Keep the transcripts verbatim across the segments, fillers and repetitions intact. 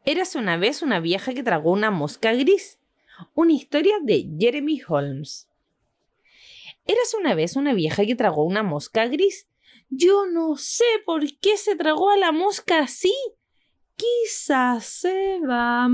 Érase una vez una vieja que tragó una mosca gris. Una historia de Jeremy Holmes. Érase una vez una vieja que tragó una mosca gris. Yo no sé por qué se tragó a la mosca así. Quizás se va a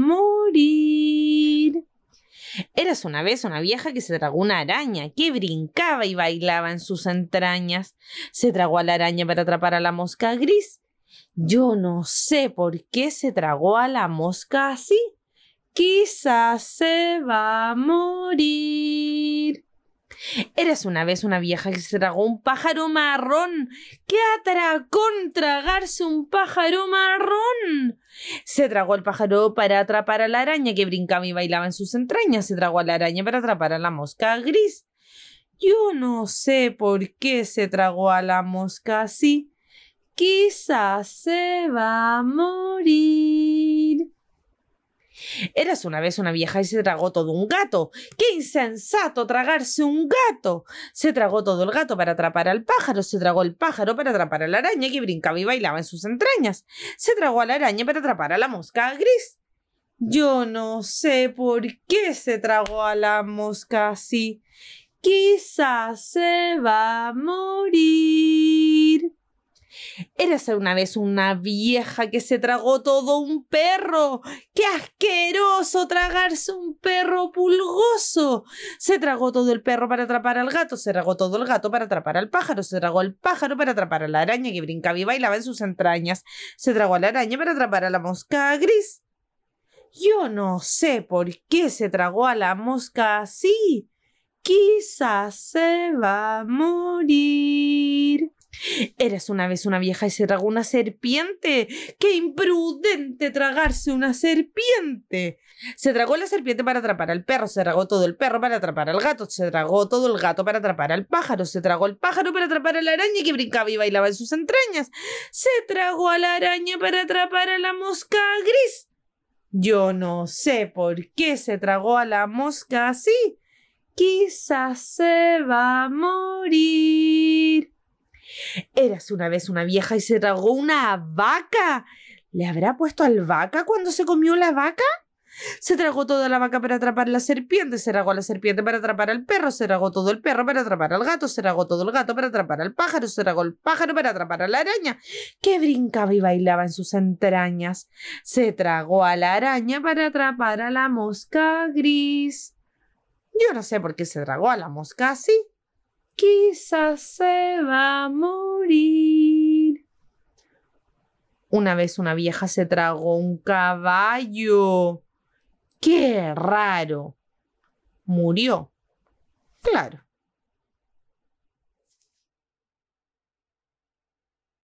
morir. Érase una vez una vieja que se tragó una araña, que brincaba y bailaba en sus entrañas. Se tragó a la araña para atrapar a la mosca gris. Yo no sé por qué se tragó a la mosca así. Quizás se va a morir. Érase una vez una vieja que se tragó un pájaro marrón. ¡Qué atracón tragarse un pájaro marrón! Se tragó el pájaro para atrapar a la araña que brincaba y bailaba en sus entrañas. Se tragó a la araña para atrapar a la mosca gris. Yo no sé por qué se tragó a la mosca así. Quizás se va a morir. Érase una vez una vieja y se tragó todo un gato. ¡Qué insensato tragarse un gato! Se tragó todo el gato para atrapar al pájaro. Se tragó el pájaro para atrapar a la araña que brincaba y bailaba en sus entrañas. Se tragó a la araña para atrapar a la mosca gris. Yo no sé por qué se tragó a la mosca así. Quizás se va a morir. Érase una vez una vieja que se tragó todo un perro. ¡Qué asqueroso tragarse un perro pulgoso! Se tragó todo el perro para atrapar al gato. Se tragó todo el gato para atrapar al pájaro. Se tragó el pájaro para atrapar a la araña que brincaba y bailaba en sus entrañas. Se tragó a la araña para atrapar a la mosca gris. Yo no sé por qué se tragó a la mosca así. Quizás se va a morir. Érase una vez una vieja y se tragó una serpiente. ¡Qué imprudente tragarse una serpiente! Se tragó la serpiente para atrapar al perro. Se tragó todo el perro para atrapar al gato. Se tragó todo el gato para atrapar al pájaro. Se tragó el pájaro para atrapar a la araña que brincaba y bailaba en sus entrañas. Se tragó a la araña para atrapar a la mosca gris. Yo no sé por qué se tragó a la mosca así. Quizás se va a morir. Érase una vez una vieja y se tragó una vaca. ¿Le habrá puesto albahaca cuando se comió la vaca? Se tragó toda la vaca para atrapar a la serpiente. Se tragó a la serpiente para atrapar al perro. Se tragó todo el perro para atrapar al gato. Se tragó todo el gato para atrapar al pájaro. Se tragó el pájaro para atrapar a la araña que brincaba y bailaba en sus entrañas. Se tragó a la araña para atrapar a la mosca gris. Yo no sé por qué se tragó a la mosca así. Quizás se va a morir. Una vez una vieja se tragó un caballo. ¡Qué raro! Murió. Claro.